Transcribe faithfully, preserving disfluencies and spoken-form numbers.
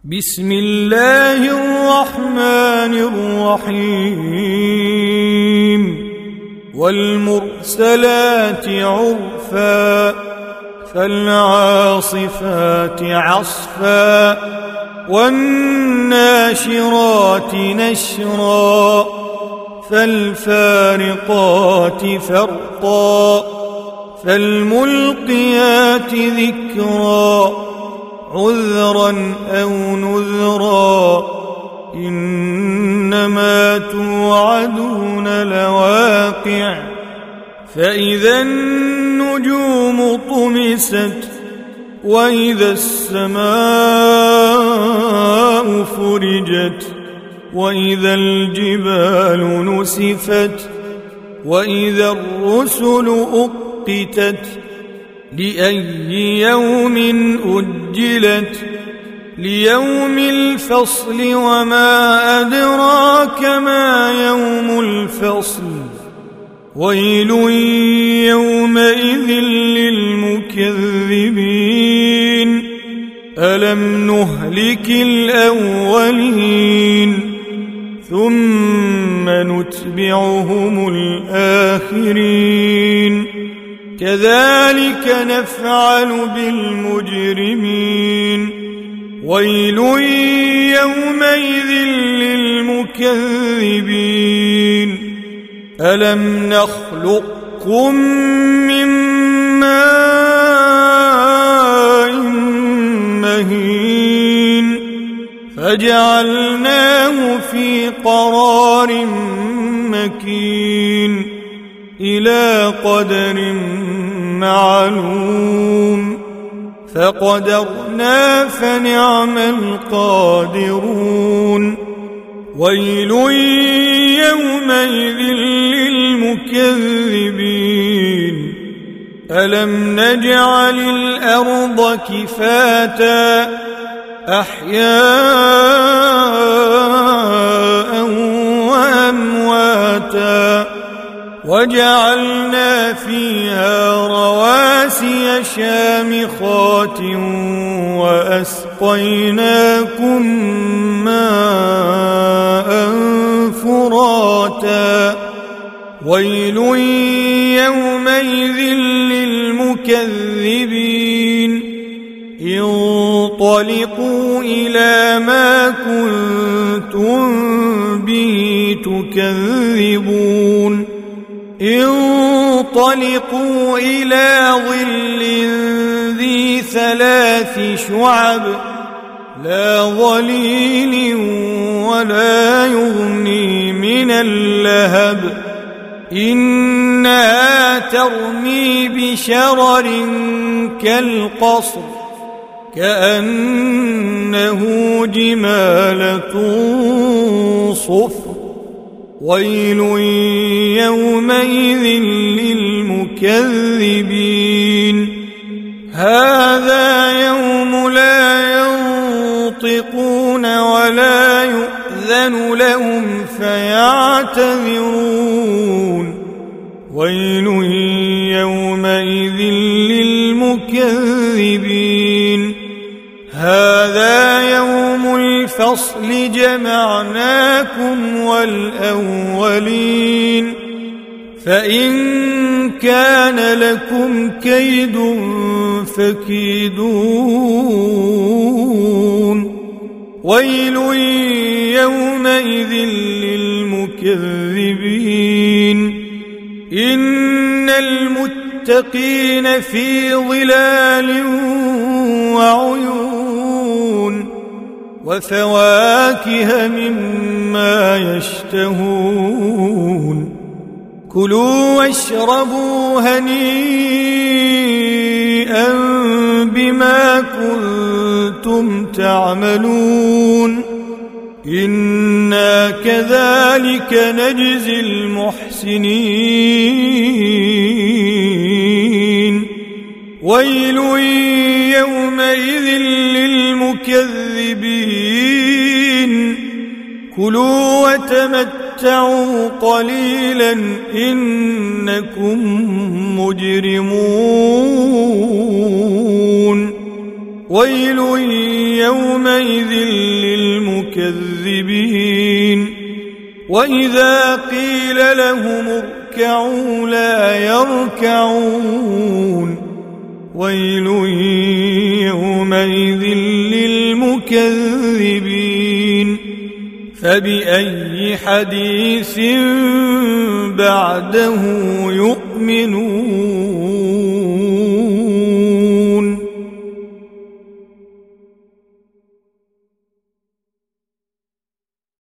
بسم الله الرحمن الرحيم والمرسلات عرفا فالعاصفات عصفا والناشرات نشرا فالفارقات فرقا فالملقيات ذكرا عذرا أو نذرا إنما توعدون لواقع فإذا النجوم طمست وإذا السماء فرجت وإذا الجبال نسفت وإذا الرسل أقتت لأي يوم أجلت ليوم الفصل وما أدراك ما يوم الفصل ويل يومئذ للمكذبين ألم نهلك الأولين ثم نتبعهم الآخرين كذلك نفعل بالمجرمين ويل يومئذ للمكذبين ألم نخلقكم من ماء مهين فجعلناه في قرار مكين إلى قدر معلوم فقدرنا فنعم القادرون ويل يومئذ للمكذبين ألم نجعل الأرض كفاتا أحياء وأمواتا وجعلنا فيها رواسي شامخات وأسقيناكم ماء فراتا ويل يومئذ للمكذبين انطلقوا إلى ما كنتم به تكذبون انطلقوا إلى ظل ذي ثلاث شعب لا ظليل ولا يغني من اللهب إنها ترمي بشرر كالقصر كأنه جمالة صفر ويل يومئذ للمكذبين هذا يوم لا ينطقون ولا يؤذن لهم فيعتذرون ويل يومئذ للمكذبين هذا يوم الفصل جمعناكم والأولين فإن كان لكم كيد فكيدون ويل يومئذ للمكذبين إن المتقين في ظلال وعيون وفواكه مما يشتهون كلوا واشربوا هنيئا بما كنتم تعملون إنا كذلك نجزي المحسنين ويل يومئذ للمكذبين كلوا وتمتعوا قليلا إنكم مجرمون ويل يومئذ للمكذبين وإذا قيل لهم اركعوا لا يركعون ويل يومئذ للمكذبين فبأي حديث بعده يؤمنون